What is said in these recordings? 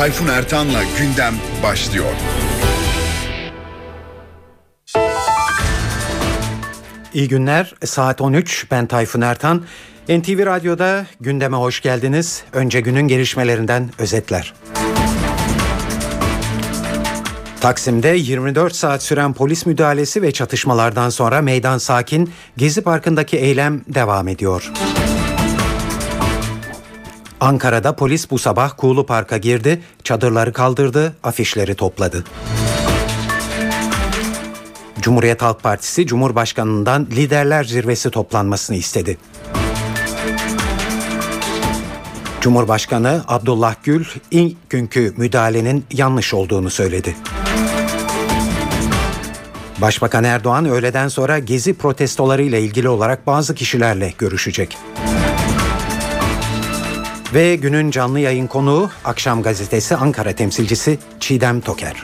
Tayfun Ertan'la gündem başlıyor. İyi günler. Saat 13. Ben Tayfun Ertan. NTV Radyo'da gündeme hoş geldiniz. Önce günün gelişmelerinden özetler. Taksim'de 24 saat süren polis müdahalesi ve çatışmalardan sonra meydan sakin, Gezi Parkı'ndaki eylem devam ediyor. Ankara'da polis bu sabah Kuğulu Park'a girdi, çadırları kaldırdı, afişleri topladı. Cumhuriyet Halk Partisi, Cumhurbaşkanı'ndan liderler zirvesi toplanmasını istedi. Cumhurbaşkanı Abdullah Gül, ilk günkü müdahalenin yanlış olduğunu söyledi. Başbakan Erdoğan öğleden sonra Gezi protestolarıyla ilgili olarak bazı kişilerle görüşecek. Ve günün canlı yayın konuğu Akşam Gazetesi Ankara temsilcisi Çiğdem Toker.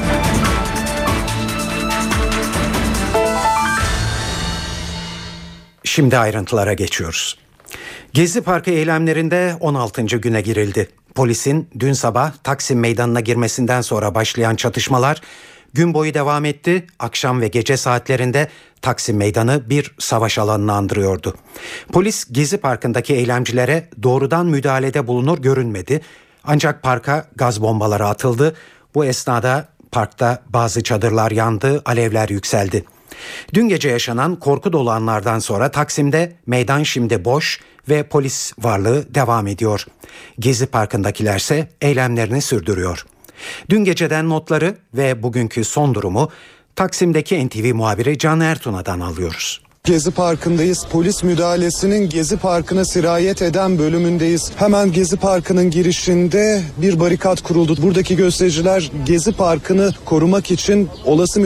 Şimdi ayrıntılara geçiyoruz. Gezi Parkı eylemlerinde 16. güne girildi. Polisin dün sabah Taksim Meydanı'na girmesinden sonra başlayan çatışmalar gün boyu devam etti. Akşam ve gece saatlerinde Taksim Meydanı bir savaş alanını andırıyordu. Polis Gezi Parkı'ndaki eylemcilere doğrudan müdahalede bulunur görünmedi. Ancak parka gaz bombaları atıldı. Bu esnada parkta bazı çadırlar yandı, alevler yükseldi. Dün gece yaşanan korku dolu anlardan sonra Taksim'de meydan şimdi boş ve polis varlığı devam ediyor. Gezi Parkı'ndakilerse eylemlerini sürdürüyor. Dün geceden notları ve bugünkü son durumu Taksim'deki NTV muhabiri Can Ertuna'dan alıyoruz. Gezi Parkı'ndayız. Polis müdahalesinin Gezi Parkı'na sirayet eden bölümündeyiz. Hemen Gezi Parkı'nın girişinde bir barikat kuruldu. Buradaki göstericiler Gezi Parkı'nı korumak için olası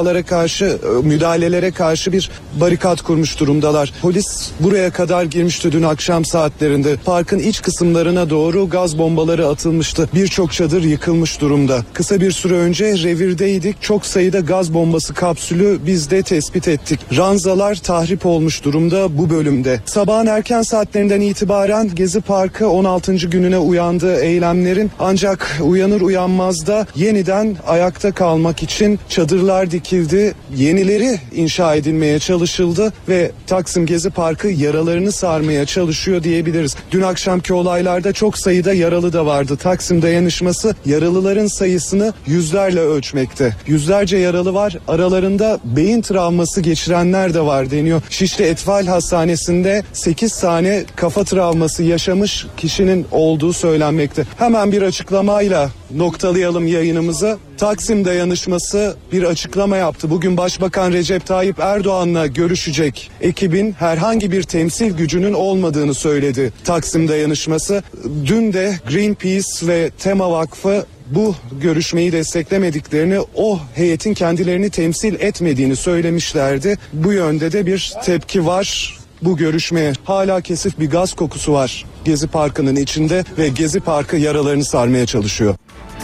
müdahalelere karşı bir barikat kurmuş durumdalar. Polis buraya kadar girmişti dün akşam saatlerinde. Parkın iç kısımlarına doğru gaz bombaları atılmıştı. Birçok çadır yıkılmış durumda. Kısa bir süre önce revirdeydik. Çok sayıda gaz bombası kapsülü biz de tespit ettik. Ranzalar tahrip olmuş durumda bu bölümde. Sabahın erken saatlerinden itibaren Gezi Parkı 16. gününe uyandığı eylemlerin, ancak uyanır uyanmaz da yeniden ayakta kalmak için çadırlar dikildi, yenileri inşa edilmeye çalışıldı ve Taksim Gezi Parkı yaralarını sarmaya çalışıyor diyebiliriz. Dün akşamki olaylarda çok sayıda yaralı da vardı. Taksim dayanışması yaralıların sayısını yüzlerle ölçmekte. Yüzlerce yaralı var, aralarında beyin travması geçirenler de var deniyor. Şişli Etfal Hastanesi'nde 8 tane kafa travması yaşamış kişinin olduğu söylenmekte. Hemen bir açıklamayla noktalayalım yayınımızı. Taksim Dayanışması bir açıklama yaptı. Bugün Başbakan Recep Tayyip Erdoğan'la görüşecek ekibin herhangi bir temsil gücünün olmadığını söyledi. Taksim Dayanışması dün de Greenpeace ve Tema Vakfı bu görüşmeyi desteklemediklerini, o heyetin kendilerini temsil etmediğini söylemişlerdi. Bu yönde de bir tepki var bu görüşmeye. Hala kesif bir gaz kokusu var Gezi Parkı'nın içinde ve Gezi Parkı yaralarını sarmaya çalışıyor.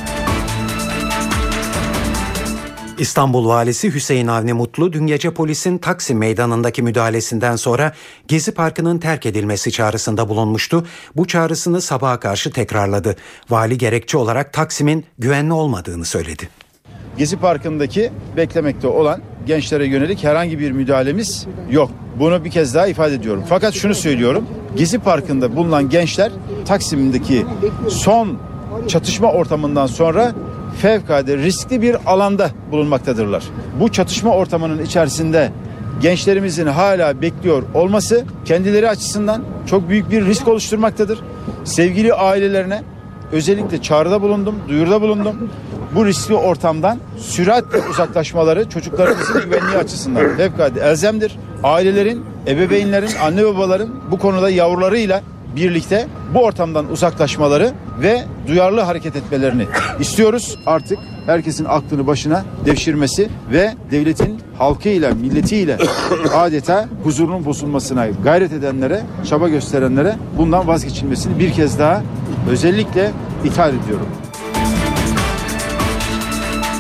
İstanbul Valisi Hüseyin Avni Mutlu dün gece polisin Taksim Meydanı'ndaki müdahalesinden sonra Gezi Parkı'nın terk edilmesi çağrısında bulunmuştu. Bu çağrısını sabaha karşı tekrarladı. Vali gerekçe olarak Taksim'in güvenli olmadığını söyledi. Gezi Parkı'ndaki beklemekte olan gençlere yönelik herhangi bir müdahalemiz yok. Bunu bir kez daha ifade ediyorum. Fakat şunu söylüyorum. Gezi Parkı'nda bulunan gençler Taksim'deki son çatışma ortamından sonra fevkalade riskli bir alanda bulunmaktadırlar. Bu çatışma ortamının içerisinde gençlerimizin hala bekliyor olması kendileri açısından çok büyük bir risk oluşturmaktadır. Sevgili ailelerine özellikle çağrıda bulundum, duyuruda bulundum. Bu riskli ortamdan süratle uzaklaşmaları çocuklarımızın güvenliği açısından fevkalade elzemdir. Ailelerin, ebeveynlerin, anne babaların bu konuda yavrularıyla birlikte bu ortamdan uzaklaşmaları ve duyarlı hareket etmelerini istiyoruz. Artık herkesin aklını başına devşirmesi ve devletin halkıyla, milletiyle adeta huzurunun bozulmasına gayret edenlere, çaba gösterenlere bundan vazgeçilmesini bir kez daha özellikle ithal ediyorum.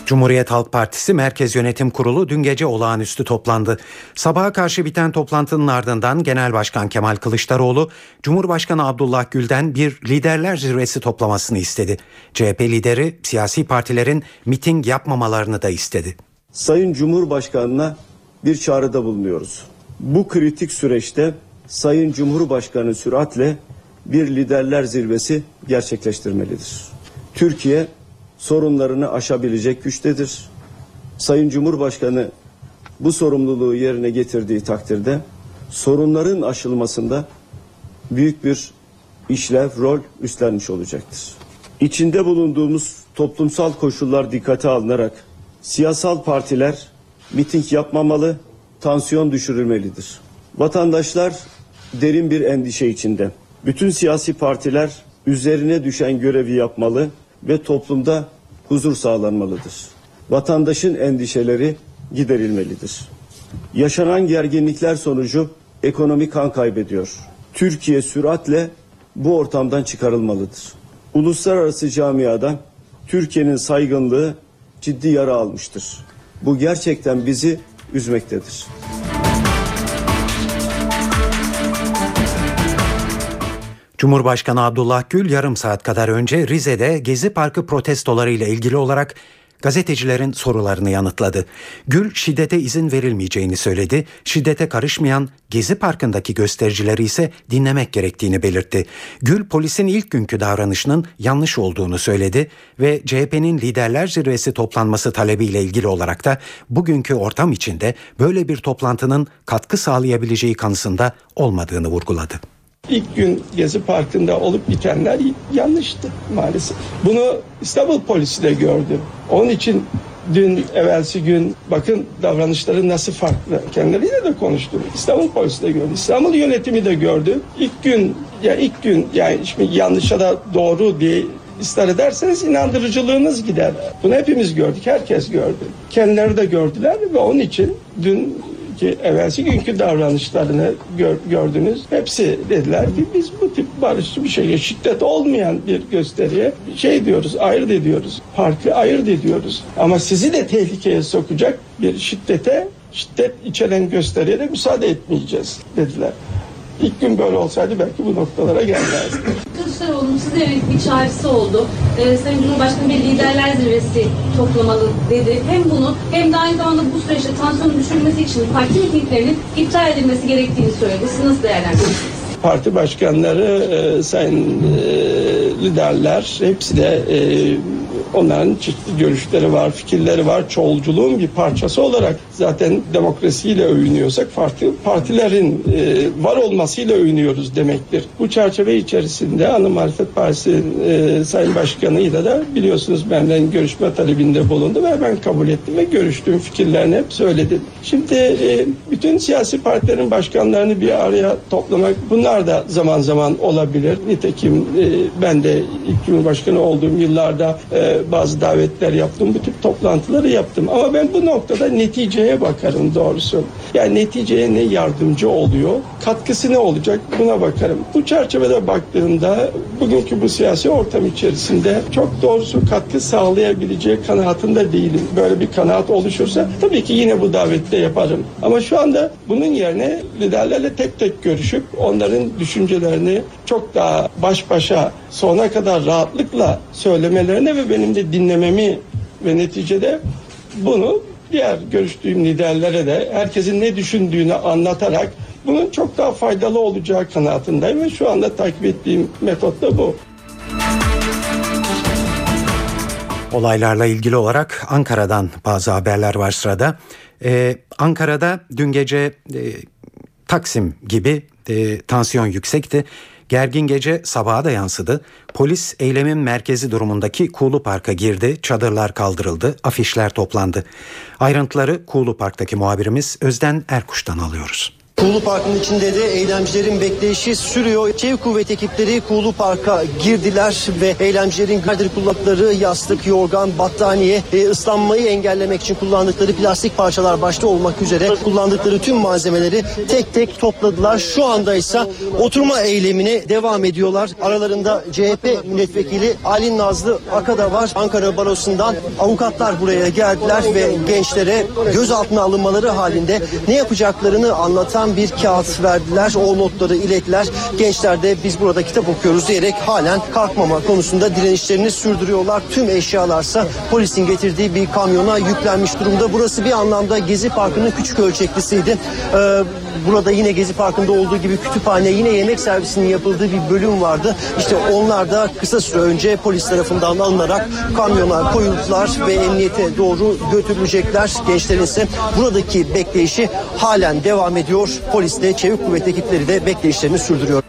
Cumhuriyet Halk Partisi Merkez Yönetim Kurulu dün gece olağanüstü toplandı. Sabaha karşı biten toplantının ardından Genel Başkan Kemal Kılıçdaroğlu, Cumhurbaşkanı Abdullah Gül'den bir liderler zirvesi toplamasını istedi. CHP lideri siyasi partilerin miting yapmamalarını da istedi. Sayın Cumhurbaşkanı'na bir çağrıda bulunuyoruz. Bu kritik süreçte Sayın Cumhurbaşkanı süratle bir liderler zirvesi gerçekleştirmelidir. Türkiye sorunlarını aşabilecek güçtedir. Sayın Cumhurbaşkanı bu sorumluluğu yerine getirdiği takdirde sorunların aşılmasında büyük bir işlev, rol üstlenmiş olacaktır. İçinde bulunduğumuz toplumsal koşullar dikkate alınarak siyasal partiler miting yapmamalı, tansiyon düşürülmelidir. Vatandaşlar derin bir endişe içinde. Bütün siyasi partiler üzerine düşen görevi yapmalı ve toplumda huzur sağlanmalıdır. Vatandaşın endişeleri giderilmelidir. Yaşanan gerginlikler sonucu ekonomi kan kaybediyor. Türkiye süratle bu ortamdan çıkarılmalıdır. Uluslararası camiadan Türkiye'nin saygınlığı ciddi yara almıştır. Bu gerçekten bizi üzmektedir. Cumhurbaşkanı Abdullah Gül yarım saat kadar önce Rize'de Gezi Parkı protestolarıyla ilgili olarak gazetecilerin sorularını yanıtladı. Gül şiddete izin verilmeyeceğini söyledi. Şiddete karışmayan Gezi Parkı'ndaki göstericileri ise dinlemek gerektiğini belirtti. Gül polisin ilk günkü davranışının yanlış olduğunu söyledi ve CHP'nin liderler zirvesi toplanması talebiyle ilgili olarak da bugünkü ortam içinde böyle bir toplantının katkı sağlayabileceği kanısında olmadığını vurguladı. İlk gün Gezi Parkı'nda olup bitenler yanlıştı maalesef. Bunu İstanbul polisi de gördü. Onun için dün evvelsi gün bakın davranışları nasıl farklı. Kendileriyle de konuştum. İstanbul polisi de gördü. İstanbul yönetimi de gördü. İlk gün yani şimdi yanlışa da doğru diye ısrar ederseniz inandırıcılığınız gider. Bunu hepimiz gördük. Herkes gördü. Kendileri de gördüler ve onun için dün ki evvelsi günkü davranışlarını gördünüz. Hepsi dediler ki biz bu tip barışçı bir şeye, şiddet olmayan bir gösteriye diyoruz, ayırt ediyoruz. Farklı ayırt ediyoruz. Ama sizi de tehlikeye sokacak bir şiddet içeren gösteriye de müsaade etmeyeceğiz dediler. İlk gün böyle olsaydı belki bu noktalara gelmezdi. Kılıçdaroğlu'nun size yönelik bir çağrısı oldu. Sayın Cumhurbaşkanı bir liderler zirvesi toplamalı dedi. Hem bunu hem de aynı zamanda bu süreçte tansiyonun düşürülmesi için parti mitinglerinin iptal edilmesi gerektiğini söyledi. Siz nasıl değerlendiriyorsunuz? Parti başkanları, sayın liderler hepsi de onların çeşitli görüşleri var, fikirleri var. Çoğulculuğun bir parçası olarak zaten demokrasiyle övünüyorsak partilerin var olmasıyla övünüyoruz demektir. Bu çerçeve içerisinde Ana Muhalefet Partisi sayın başkanıyla da biliyorsunuz benden görüşme talebinde bulundu ve ben kabul ettim ve görüştüğüm fikirlerini hep söyledim. Şimdi bütün siyasi partilerin başkanlarını bir araya toplamak, bunlar da zaman zaman olabilir. Nitekim ben de ilk Cumhurbaşkanı olduğum yıllarda bazı davetler yaptım, bu tip toplantıları yaptım. Ama ben bu noktada neticeye bakarım doğrusu. Yani neticeye ne yardımcı oluyor, katkısı ne olacak buna bakarım. Bu çerçevede baktığımda bugünkü bu siyasi ortam içerisinde çok doğrusu katkı sağlayabileceği kanaatinde değilim. Böyle bir kanaat oluşursa tabii ki yine bu davette yaparım. Ama şu anda bunun yerine liderlerle tek tek görüşüp onların düşüncelerini çok daha baş başa sonuna kadar rahatlıkla söylemelerine ve benim de dinlememi ve neticede bunu diğer görüştüğüm liderlere de herkesin ne düşündüğünü anlatarak bunun çok daha faydalı olacağı kanaatindeyim ve şu anda takip ettiğim metot da bu. Olaylarla ilgili olarak Ankara'dan bazı haberler var sırada. Ankara'da dün gece Taksim gibi tansiyon yüksekti. Gergin gece sabaha da yansıdı. Polis eylemin merkezi durumundaki Kuğulu Park'a girdi. Çadırlar kaldırıldı. Afişler toplandı. Ayrıntıları Kuğulu Park'taki muhabirimiz Özden Erkuş'tan alıyoruz. Kuğulu Parkı'nın içinde de eylemcilerin bekleyişi sürüyor. Çevik kuvvet ekipleri Kuğulu Park'a girdiler ve eylemcilerin kullandıkları yastık, yorgan, battaniye, ıslanmayı engellemek için kullandıkları plastik parçalar başta olmak üzere kullandıkları tüm malzemeleri tek tek topladılar. Şu anda ise oturma eylemine devam ediyorlar. Aralarında CHP milletvekili Ali Nazlı Aka da var. Ankara Barosu'ndan avukatlar buraya geldiler ve gençlere gözaltına alınmaları halinde ne yapacaklarını anlatan bir kağıt verdiler. O notları ilettiler. Gençler de biz burada kitap okuyoruz diyerek halen kalkmama konusunda direnişlerini sürdürüyorlar. Tüm eşyalarsa polisin getirdiği bir kamyona yüklenmiş durumda. Burası bir anlamda Gezi Parkı'nın küçük ölçeklisiydi. Burada yine Gezi Parkı'nda olduğu gibi kütüphane, yine yemek servisinin yapıldığı bir bölüm vardı. İşte onlar da kısa süre önce polis tarafından alınarak kamyona koyuldular ve emniyete doğru götürülecekler. Gençlerin ise buradaki bekleyişi halen devam ediyor. Polis de, çevik kuvvet ekipleri de bekleyişlerini sürdürüyor.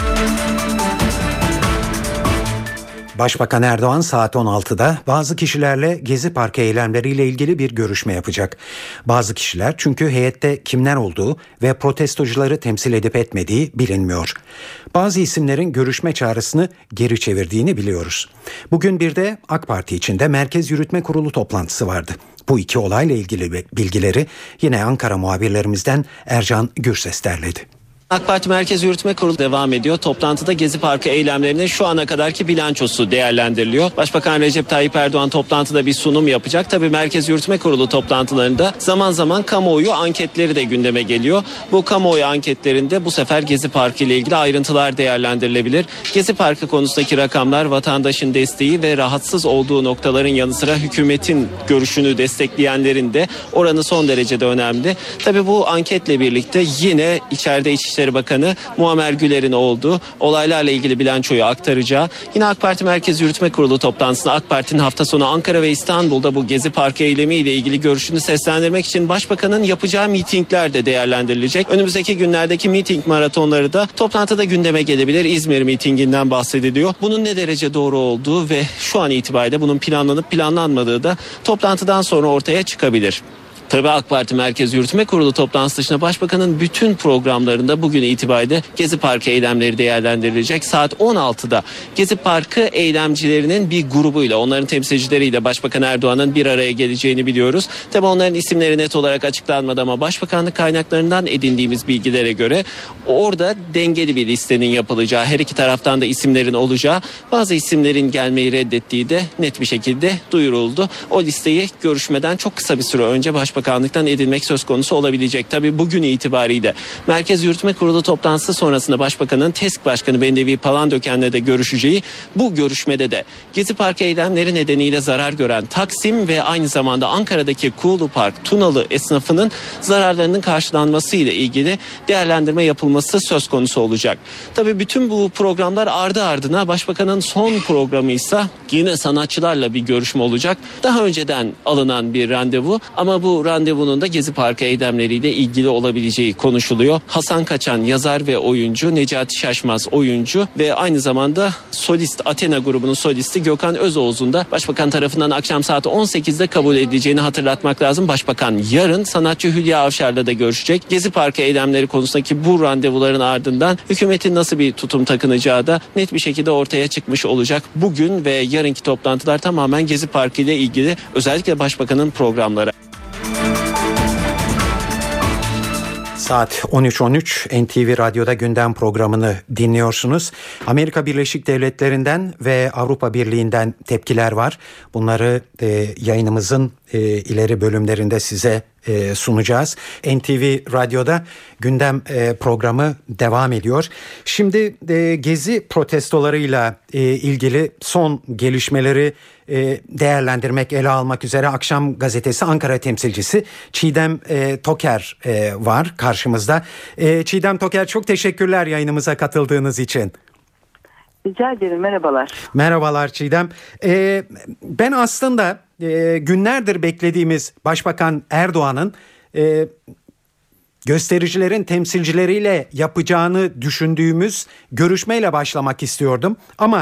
Başbakan Erdoğan saat 16'da bazı kişilerle Gezi Parkı eylemleriyle ilgili bir görüşme yapacak. Bazı kişiler çünkü heyette kimler olduğu ve protestocuları temsil edip etmediği bilinmiyor. Bazı isimlerin görüşme çağrısını geri çevirdiğini biliyoruz. Bugün bir de AK Parti içinde Merkez Yürütme Kurulu toplantısı vardı. Bu iki olayla ilgili bilgileri yine Ankara muhabirlerimizden Ercan Gürses derledi. AK Parti Merkez Yürütme Kurulu devam ediyor. Toplantıda Gezi Parkı eylemlerinin şu ana kadarki bilançosu değerlendiriliyor. Başbakan Recep Tayyip Erdoğan toplantıda bir sunum yapacak. Tabii Merkez Yürütme Kurulu toplantılarında zaman zaman kamuoyu anketleri de gündeme geliyor. Bu kamuoyu anketlerinde bu sefer Gezi Parkı ile ilgili ayrıntılar değerlendirilebilir. Gezi Parkı konusundaki rakamlar vatandaşın desteği ve rahatsız olduğu noktaların yanı sıra hükümetin görüşünü destekleyenlerin de oranı son derecede önemli. Tabii bu anketle birlikte yine içeride İçişleri Bakanı Muammer Güler'in olduğu olaylarla ilgili bilançoyu aktaracağı, yine AK Parti Merkez Yürütme Kurulu toplantısında AK Parti'nin hafta sonu Ankara ve İstanbul'da bu Gezi Parkı eylemiyle ilgili görüşünü seslendirmek için Başbakan'ın yapacağı mitingler de değerlendirilecek. Önümüzdeki günlerdeki miting maratonları da toplantıda gündeme gelebilir. İzmir mitinginden bahsediliyor. Bunun ne derece doğru olduğu ve şu an itibariyle bunun planlanıp planlanmadığı da toplantıdan sonra ortaya çıkabilir. Tabii AK Parti Merkez Yürütme Kurulu toplantısı dışında Başbakan'ın bütün programlarında bugün itibariyle Gezi Parkı eylemleri değerlendirilecek. Saat 16'da Gezi Parkı eylemcilerinin bir grubuyla, onların temsilcileriyle Başbakan Erdoğan'ın bir araya geleceğini biliyoruz. Tabii onların isimleri net olarak açıklanmadı ama Başbakanlık kaynaklarından edindiğimiz bilgilere göre orada dengeli bir listenin yapılacağı, her iki taraftan da isimlerin olacağı, bazı isimlerin gelmeyi reddettiği de net bir şekilde duyuruldu. O listeyi görüşmeden çok kısa bir süre önce Başbakanlıktan edilmek söz konusu olabilecek. Tabii bugün itibariyle Merkez Yürütme Kurulu toplantısı sonrasında Başbakan'ın TESK Başkanı Bendevi Palandöken'le de görüşeceği, bu görüşmede de Gezi Parkı eylemleri nedeniyle zarar gören Taksim ve aynı zamanda Ankara'daki Kuğulu Park, Tunalı esnafının zararlarının karşılanması ile ilgili değerlendirme yapılması söz konusu olacak. Tabii bütün bu programlar ardı ardına Başbakan'ın son programı ise yine sanatçılarla bir görüşme olacak. Daha önceden alınan bir randevu ama bu randevunun da Gezi Parkı eylemleriyle ilgili olabileceği konuşuluyor. Hasan Kaçan yazar ve oyuncu, Necati Şaşmaz oyuncu ve aynı zamanda solist Athena grubunun solisti Gökhan Özoğuz'un da Başbakan tarafından akşam saat 18'de kabul edileceğini hatırlatmak lazım. Başbakan yarın sanatçı Hülya Avşar'la da görüşecek. Gezi Parkı eylemleri konusundaki bu randevuların ardından hükümetin nasıl bir tutum takınacağı da net bir şekilde ortaya çıkmış olacak. Bugün ve yarınki toplantılar tamamen Gezi Parkı ile ilgili, özellikle Başbakan'ın programları. Saat 13.13 NTV Radyo'da gündem programını dinliyorsunuz. Amerika Birleşik Devletleri'nden ve Avrupa Birliği'nden tepkiler var. Bunları yayınımızın ileri bölümlerinde size sunacağız. NTV Radyo'da gündem programı devam ediyor. Şimdi Gezi protestolarıyla ilgili son gelişmeleri değerlendirmek, ele almak üzere Akşam Gazetesi Ankara temsilcisi Çiğdem Toker var karşımızda. Çiğdem Toker, çok teşekkürler yayınımıza katıldığınız için. Rica ederim, merhabalar. Merhabalar Çiğdem. Ben aslında günlerdir beklediğimiz Başbakan Erdoğan'ın göstericilerin temsilcileriyle yapacağını düşündüğümüz görüşmeyle başlamak istiyordum. Ama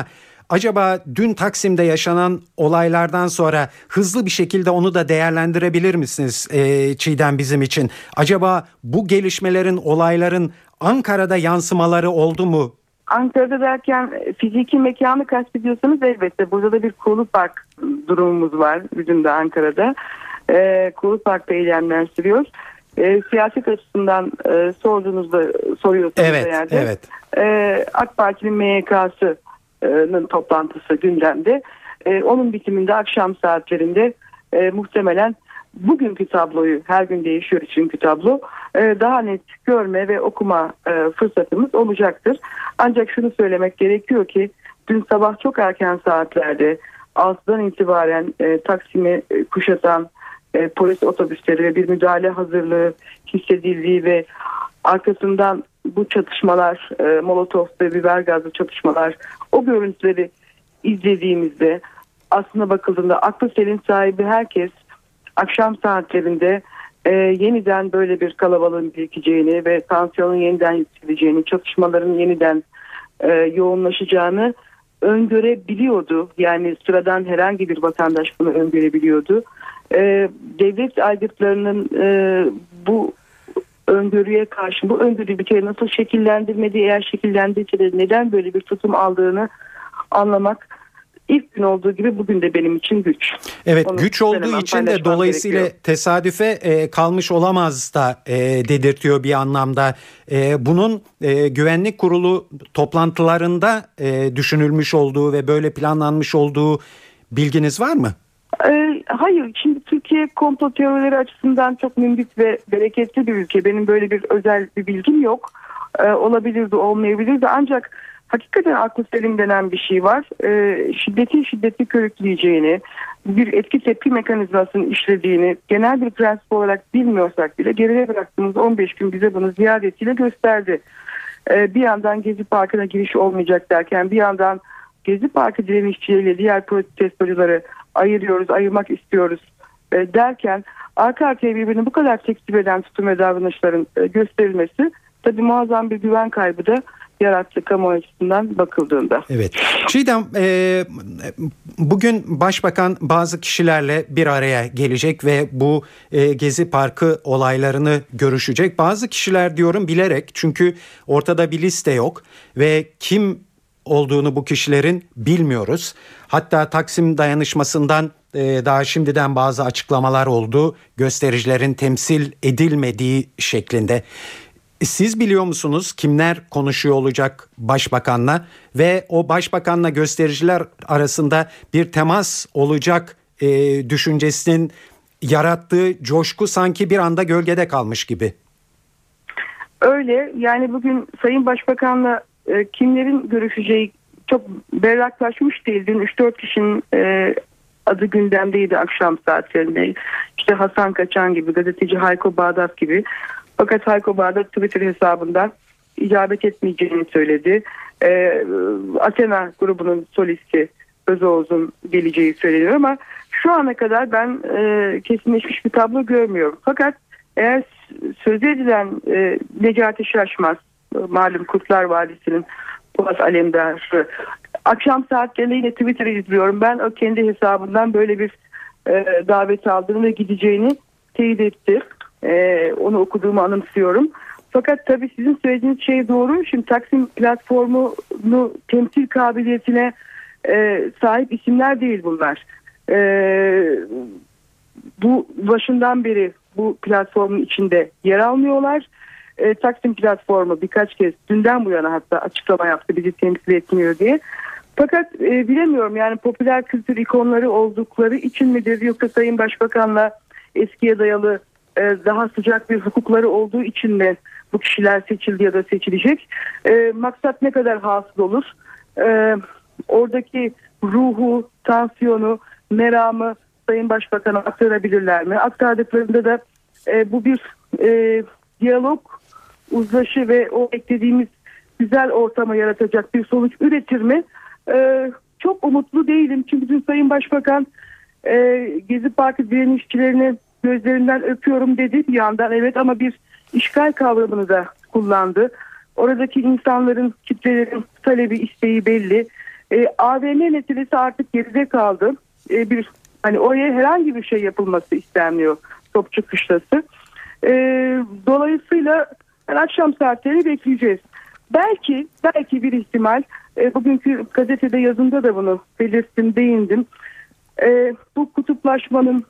acaba dün Taksim'de yaşanan olaylardan sonra hızlı bir şekilde onu da değerlendirebilir misiniz Çiğdem bizim için? Acaba bu gelişmelerin, olayların Ankara'da yansımaları oldu mu? Ankara'da derken fiziki mekanı kastediyorsanız elbette. Burada da bir Kuğulu Park durumumuz var bizim de Ankara'da. Kuğulu Park'ta eylemler sürüyor. Siyaset açısından soruyorsunuz evet, eğer de. Evet. AK Parti'nin MYK'sının toplantısı gündemde. Onun bitiminde akşam saatlerinde muhtemelen bugünkü tabloyu, her gün değişiyor çünkü tablo, daha net görme ve okuma fırsatımız olacaktır. Ancak şunu söylemek gerekiyor ki dün sabah çok erken saatlerde 6'dan itibaren Taksim'i kuşatan polis otobüsleri ve bir müdahale hazırlığı hissedildiği ve arkasından bu çatışmalar, Molotov ve biber gazlı çatışmalar, o görüntüleri izlediğimizde aslında bakıldığında aklı selim sahibi herkes akşam saatlerinde yeniden böyle bir kalabalığın birikeceğini ve tansiyonun yeniden yükseleceğini, çatışmaların yeniden yoğunlaşacağını öngörebiliyordu. Yani sıradan herhangi bir vatandaş bunu öngörebiliyordu. Devlet aygıtlarının bu öngörüye karşı, bu öngörüyü bir kere nasıl şekillendirmediği, eğer şekillendiyse de neden böyle bir tutum aldığını anlamak ilk gün olduğu gibi bugün de benim için güç. Evet, güç olduğu için de dolayısıyla gerekiyor. Tesadüfe kalmış olamaz da dedirtiyor bir anlamda. Bunun güvenlik kurulu toplantılarında düşünülmüş olduğu ve böyle planlanmış olduğu bilginiz var mı? Hayır, şimdi Türkiye komplo teorileri açısından çok mümbit ve bereketli bir ülke. Benim böyle bir özel bir bilgim yok. Olabilirdi, olmayabilirdi, ancak hakikaten aklı selim denen bir şey var. Şiddeti körükleyeceğini, bir etki tepki mekanizmasının işlediğini genel bir prensip olarak bilmiyorsak bile geride bıraktığımız 15 gün bize bunu ziyadetiyle gösterdi. Bir yandan Gezi Parkı'na giriş olmayacak derken bir yandan Gezi Parkı direnişçileriyle diğer protestocuları ayırmak istiyoruz derken arka arkaya birbirini bu kadar tekzip eden tutum ve davranışların gösterilmesi tabii muazzam bir güven kaybı da yarattı kamuoyu açısından bakıldığında. Evet. Çiğdem, bugün Başbakan bazı kişilerle bir araya gelecek ve bu Gezi Parkı olaylarını görüşecek. Bazı kişiler diyorum bilerek, çünkü ortada bir liste yok ve kim olduğunu bu kişilerin bilmiyoruz. Hatta Taksim dayanışmasından daha şimdiden bazı açıklamalar oldu. Göstericilerin temsil edilmediği şeklinde. Siz biliyor musunuz kimler konuşuyor olacak başbakanla ve o başbakanla göstericiler arasında bir temas olacak düşüncesinin yarattığı coşku sanki bir anda gölgede kalmış gibi. Öyle, yani bugün Sayın Başbakan'la kimlerin görüşeceği çok berraklaşmış değil. Dün 3-4 kişinin adı gündemdeydi akşam saatlerinde. İşte Hasan Kaçan gibi, gazeteci Hayko Bağdat gibi. Fakat Hayko Bağdat Twitter hesabından icabet etmeyeceğini söyledi. Athena grubunun solisti Özoğuz'un geleceği söyleniyor ama şu ana kadar ben kesinleşmiş bir tablo görmüyorum. Fakat eğer söz edilen Necati Şaşmaz, malum Kurtlar Vadisi'nin Polat Alemdar'ı, akşam saatlerinde yine Twitter'ı izliyorum. Ben o kendi hesabından böyle bir davet aldığını ve gideceğini teyit etti. Onu okuduğumu anımsıyorum. Fakat tabii sizin söylediğiniz şey doğru. Şimdi Taksim platformunu temsil kabiliyetine sahip isimler değil bunlar. Bu başından beri bu platformun içinde yer almıyorlar. Taksim platformu birkaç kez dünden bu yana hatta açıklama yaptı bizi temsil etmiyor diye. Fakat bilemiyorum, yani popüler kültür ikonları oldukları için midir, yoksa Sayın Başbakan'la eskiye dayalı daha sıcak bir hukukları olduğu için mi bu kişiler seçildi ya da seçilecek? Maksat ne kadar hasıl olur? Oradaki ruhu, tansiyonu, meramı Sayın Başbakan'a aktarabilirler mi? Aktardıklarında da bu bir diyalog, uzlaşı ve o beklediğimiz güzel ortamı yaratacak bir sonuç üretir mi? Çok umutlu değilim. Çünkü dün Sayın Başbakan Gezi Parkı direnişçilerini gözlerinden öpüyorum dedi bir yandan, evet, ama bir işgal kavramını da kullandı. Oradaki insanların, kitlelerin talebi, isteği belli. AVM meselesi artık geride kaldı. Oraya herhangi bir şey yapılması istenmiyor. Topçu Kışlası. Dolayısıyla akşam saatleri bekleyeceğiz. Belki bir ihtimal, bugünkü gazetede yazımda da bunu belirttim, değindim. Bu kutuplaşmanın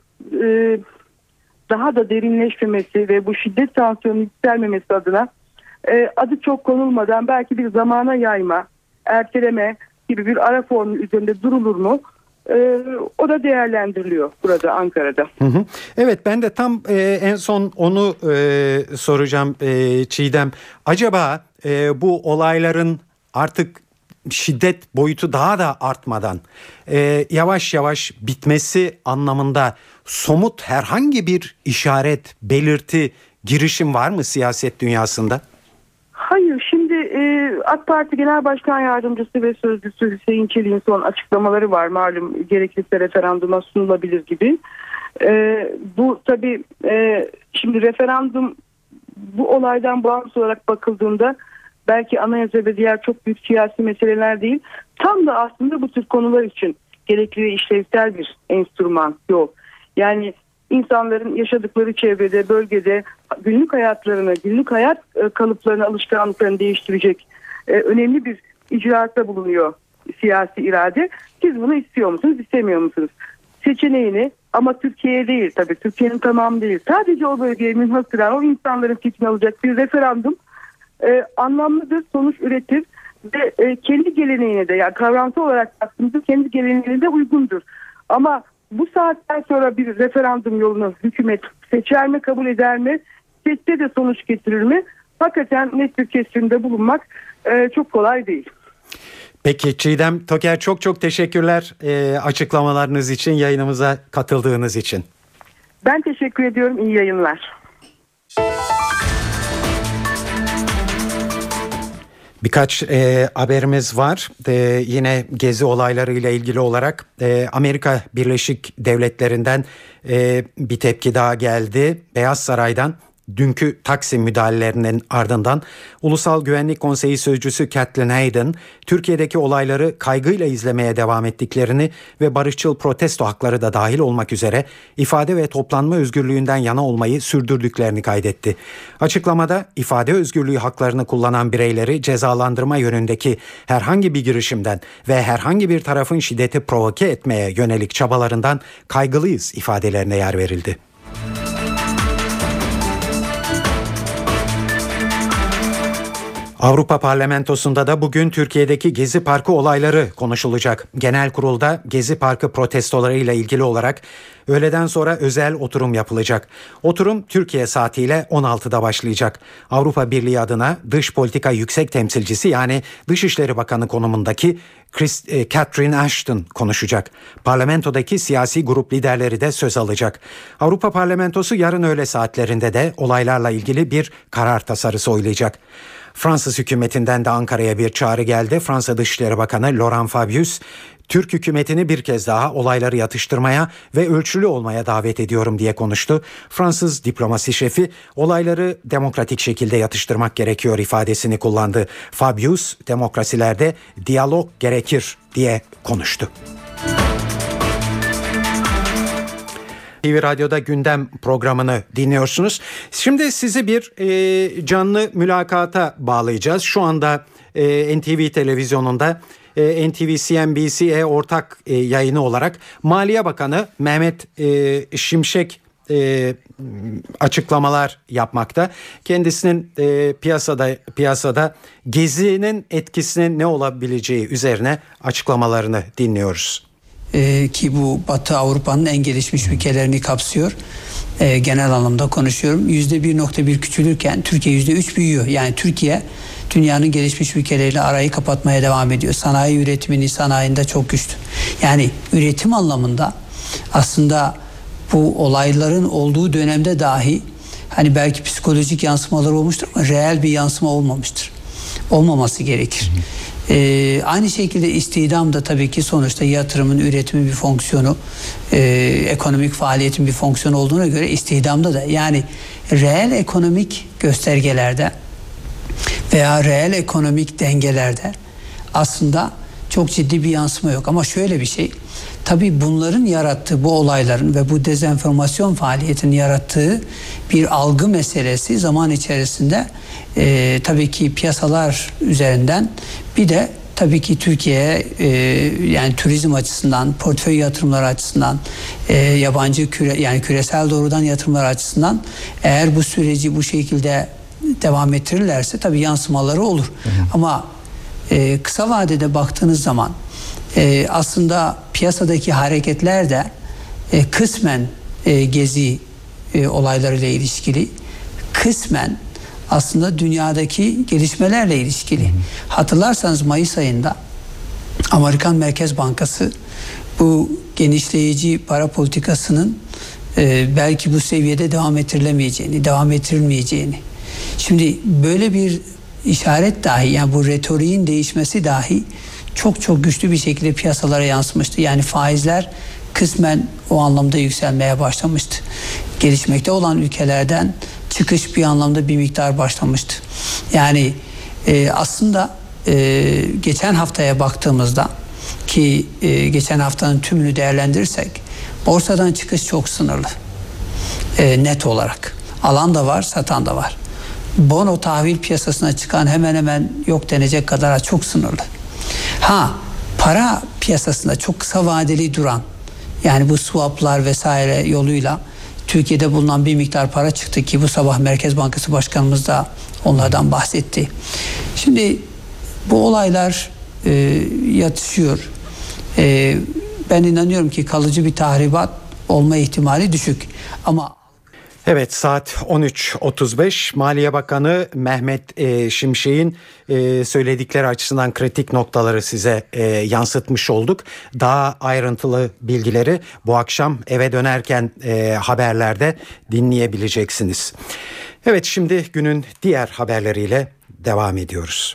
daha da derinleşmemesi ve bu şiddet tansiyonunun yükselmemesi adına adı çok konulmadan belki bir zamana yayma, erteleme gibi bir ara formu üzerinde durulur mu? O da değerlendiriliyor burada, Ankara'da. Evet, ben de tam en son onu soracağım Çiğdem. Acaba bu olayların artık şiddet boyutu daha da artmadan yavaş yavaş bitmesi anlamında somut herhangi bir işaret, belirti, girişim var mı siyaset dünyasında? Hayır, şimdi AK Parti Genel Başkan Yardımcısı ve Sözcüsü Hüseyin Çelik'in son açıklamaları var. Malum gerekirse referanduma sunulabilir gibi. Bu tabii şimdi referandum bu olaydan bağımsız olarak bakıldığında belki anayasa ve diğer çok büyük siyasi meseleler değil. Tam da aslında bu tür konular için gerekli ve işlevsel bir enstrüman, yol. Yani insanların yaşadıkları çevrede, bölgede günlük hayatlarını, günlük hayat kalıplarını, alışkanlıklarını değiştirecek önemli bir icraatta bulunuyor siyasi irade. Siz bunu istiyor musunuz, istemiyor musunuz? Seçeneğini, ama Türkiye'ye değil tabii, Türkiye'nin tamamı değil. Sadece o bölgeye münhasıran o insanların fikrini alacak bir referandum anlamlıdır, sonuç üretir ve kendi geleneğine de, yani kavramsal olarak baktığımızda kendi geleneğine de uygundur. Ama bu saatten sonra bir referandum yolunu hükümet seçer mi, kabul eder mi? Seçse de sonuç getirir mi? Hakikaten net bir kesimde bulunmak çok kolay değil. Peki Çiğdem Toker, çok teşekkürler açıklamalarınız için, yayınımıza katıldığınız için. Ben teşekkür ediyorum. İyi yayınlar. Birkaç haberimiz var. Yine gezi olaylarıyla ilgili olarak Amerika Birleşik Devletleri'nden bir tepki daha geldi. Beyaz Saray'dan dünkü Taksim müdahalelerinin ardından Ulusal Güvenlik Konseyi Sözcüsü Kathleen Hayden, Türkiye'deki olayları kaygıyla izlemeye devam ettiklerini ve barışçıl protesto hakları da dahil olmak üzere ifade ve toplanma özgürlüğünden yana olmayı sürdürdüklerini kaydetti. Açıklamada ifade özgürlüğü haklarını kullanan bireyleri cezalandırma yönündeki herhangi bir girişimden ve herhangi bir tarafın şiddeti provoke etmeye yönelik çabalarından kaygılıyız ifadelerine yer verildi. Avrupa Parlamentosu'nda da bugün Türkiye'deki Gezi Parkı olayları konuşulacak. Genel kurulda Gezi Parkı protestolarıyla ilgili olarak öğleden sonra özel oturum yapılacak. Oturum Türkiye saatiyle 16'da başlayacak. Avrupa Birliği adına Dış Politika Yüksek Temsilcisi, yani Dışişleri Bakanı konumundaki Catherine Ashton konuşacak. Parlamentodaki siyasi grup liderleri de söz alacak. Avrupa Parlamentosu yarın öğle saatlerinde de olaylarla ilgili bir karar tasarısı oylayacak. Fransız hükümetinden de Ankara'ya bir çağrı geldi. Fransa Dışişleri Bakanı Laurent Fabius, Türk hükümetini bir kez daha olayları yatıştırmaya ve ölçülü olmaya davet ediyorum diye konuştu. Fransız diplomasi şefi olayları demokratik şekilde yatıştırmak gerekiyor ifadesini kullandı. Fabius, demokrasilerde diyalog gerekir diye konuştu. TV Radyo'da gündem programını dinliyorsunuz. Şimdi sizi bir canlı mülakata bağlayacağız. Şu anda NTV televizyonunda NTV-CNBC ortak yayını olarak Maliye Bakanı Mehmet Şimşek açıklamalar yapmakta. Kendisinin piyasada Gezi'nin etkisinin ne olabileceği üzerine açıklamalarını dinliyoruz. Ki bu Batı Avrupa'nın en gelişmiş ülkelerini kapsıyor. Genel anlamda konuşuyorum. %1.1 küçülürken Türkiye %3 büyüyor. Yani Türkiye dünyanın gelişmiş ülkeleriyle arayı kapatmaya devam ediyor. Sanayi üretimini, sanayinde çok güçlü. Yani üretim anlamında aslında bu olayların olduğu dönemde dahi hani belki psikolojik yansımalar olmuştur ama reel bir yansıma olmamıştır. Olmaması gerekir. Aynı şekilde istihdam da tabii ki sonuçta yatırımın, üretimin bir fonksiyonu, ekonomik faaliyetin bir fonksiyonu olduğuna göre istihdamda da, yani reel ekonomik göstergelerde veya reel ekonomik dengelerde aslında çok ciddi bir yansıma yok. Ama şöyle bir şey, tabii bunların yarattığı, bu olayların ve bu dezenformasyon faaliyetinin yarattığı bir algı meselesi zaman içerisinde tabii ki piyasalar üzerinden, bir de tabii ki Türkiye'ye yani turizm açısından, portföy yatırımları açısından, yabancı yani küresel doğrudan yatırımlar açısından eğer bu süreci bu şekilde devam ettirirlerse tabii yansımaları olur. Ama kısa vadede baktığınız zaman aslında piyasadaki hareketler de kısmen gezi olaylarıyla ilişkili, kısmen aslında dünyadaki gelişmelerle ilişkili. Hatırlarsanız Mayıs ayında Amerikan Merkez Bankası bu genişleyici para politikasının belki bu seviyede devam ettirilmeyeceğini. Şimdi böyle bir işaret dahi, yani bu retoriğin değişmesi dahi çok çok güçlü bir şekilde piyasalara yansımıştı. Yani faizler kısmen o anlamda yükselmeye başlamıştı. Gelişmekte olan ülkelerden çıkış bir anlamda bir miktar başlamıştı. Yani aslında geçen haftaya baktığımızda ki geçen haftanın tümünü değerlendirirsek borsadan çıkış çok sınırlı. Net olarak. Alan da var, satan da var. Bono tahvil piyasasına çıkan hemen hemen yok denecek kadar çok sınırlı. Para piyasasında çok kısa vadeli duran, yani bu swaplar vesaire yoluyla Türkiye'de bulunan bir miktar para çıktı ki bu sabah Merkez Bankası Başkanımız da onlardan bahsetti. Şimdi bu olaylar yatışıyor. Ben inanıyorum ki kalıcı bir tahribat olma ihtimali düşük. Ama evet, saat 13.35. Maliye Bakanı Mehmet Şimşek'in söyledikleri açısından kritik noktaları size yansıtmış olduk. Daha ayrıntılı bilgileri bu akşam eve dönerken haberlerde dinleyebileceksiniz. Evet, şimdi günün diğer haberleriyle devam ediyoruz.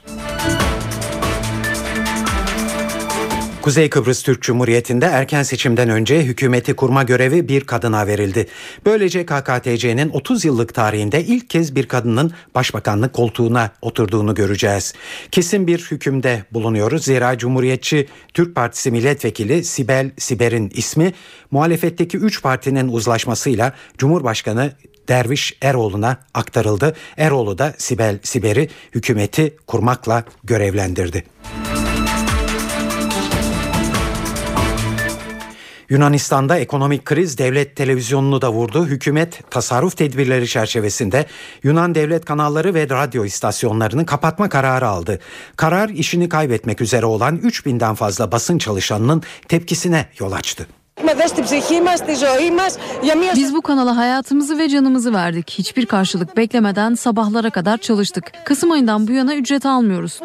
Kuzey Kıbrıs Türk Cumhuriyeti'nde erken seçimden önce hükümeti kurma görevi bir kadına verildi. Böylece KKTC'nin 30 yıllık tarihinde ilk kez bir kadının başbakanlık koltuğuna oturduğunu göreceğiz. Kesin bir hükümde bulunuyoruz. Zira Cumhuriyetçi Türk Partisi milletvekili Sibel Siber'in ismi muhalefetteki 3 partinin uzlaşmasıyla Cumhurbaşkanı Derviş Eroğlu'na aktarıldı. Eroğlu da Sibel Siber'i hükümeti kurmakla görevlendirdi. Yunanistan'da ekonomik kriz devlet televizyonunu da vurdu. Hükümet tasarruf tedbirleri çerçevesinde Yunan devlet kanalları ve radyo istasyonlarını kapatma kararı aldı. Karar işini kaybetmek üzere olan 3000'den fazla basın çalışanının tepkisine yol açtı. Biz bu kanala hayatımızı ve canımızı verdik. Hiçbir karşılık beklemeden sabahlara kadar çalıştık. Kasım ayından bu yana ücret almıyoruz.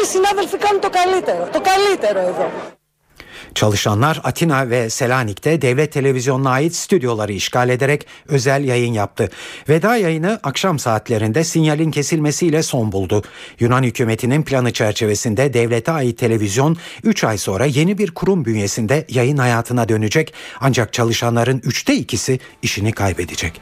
Çalışanlar Atina ve Selanik'te devlet televizyonuna ait stüdyoları işgal ederek özel yayın yaptı. Veda yayını akşam saatlerinde sinyalin kesilmesiyle son buldu. Yunan hükümetinin planı çerçevesinde devlete ait televizyon 3 ay sonra yeni bir kurum bünyesinde yayın hayatına dönecek. Ancak çalışanların 3'te 2'si işini kaybedecek.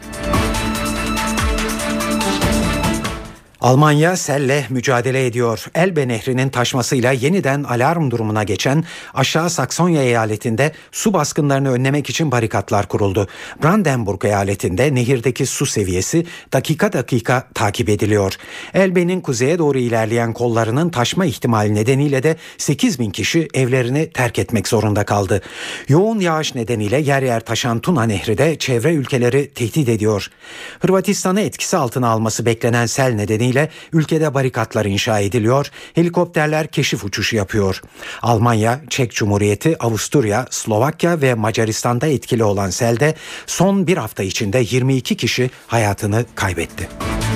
Almanya selle mücadele ediyor. Elbe Nehri'nin taşmasıyla yeniden alarm durumuna geçen Aşağı Saksonya eyaletinde su baskınlarını önlemek için barikatlar kuruldu. Brandenburg eyaletinde nehirdeki su seviyesi dakika dakika takip ediliyor. Elbe'nin kuzeye doğru ilerleyen kollarının taşma ihtimali nedeniyle de 8.000 kişi evlerini terk etmek zorunda kaldı. Yoğun yağış nedeniyle yer yer taşan Tuna Nehri de çevre ülkeleri tehdit ediyor. Hırvatistan'ı etkisi altına alması beklenen sel nedeniyle ülkede barikatlar inşa ediliyor, helikopterler keşif uçuşu yapıyor. Almanya, Çek Cumhuriyeti, Avusturya, Slovakya ve Macaristan'da etkili olan selde son bir hafta içinde 22 kişi hayatını kaybetti.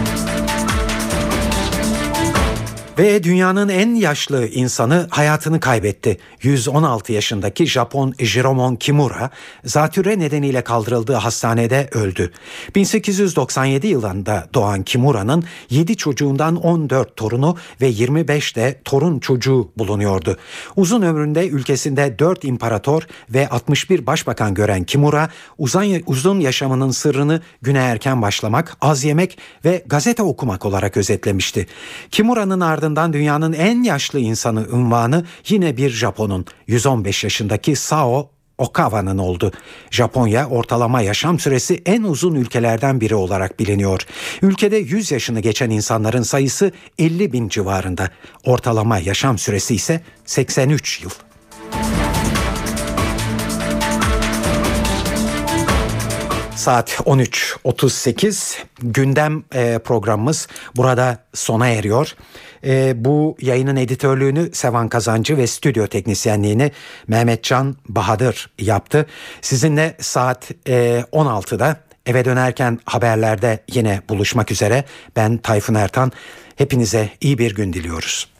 Ve dünyanın en yaşlı insanı hayatını kaybetti. 116 yaşındaki Japon Jiromon Kimura, zatürre nedeniyle kaldırıldığı hastanede öldü. 1897 yılında doğan Kimura'nın 7 çocuğundan 14 torunu ve 25 de torun çocuğu bulunuyordu. Uzun ömründe ülkesinde 4 imparator ve 61 başbakan gören Kimura, uzun yaşamının sırrını güne erken başlamak, az yemek ve gazete okumak olarak özetlemişti. Kimura'nın ardından ardından dünyanın en yaşlı insanı unvanı yine bir Japon'un, 115 yaşındaki Sao Okawa'nın oldu. Japonya ortalama yaşam süresi en uzun ülkelerden biri olarak biliniyor. Ülkede 100 yaşını geçen insanların sayısı 50 bin civarında. Ortalama yaşam süresi ise 83 yıl. Saat 13.38, gündem programımız burada sona eriyor. Bu yayının editörlüğünü Sevan Kazancı ve stüdyo teknisyenliğini Mehmetcan Bahadır yaptı. Sizinle saat 16'da eve dönerken haberlerde yine buluşmak üzere. Ben Tayfun Ertan. Hepinize iyi bir gün diliyoruz.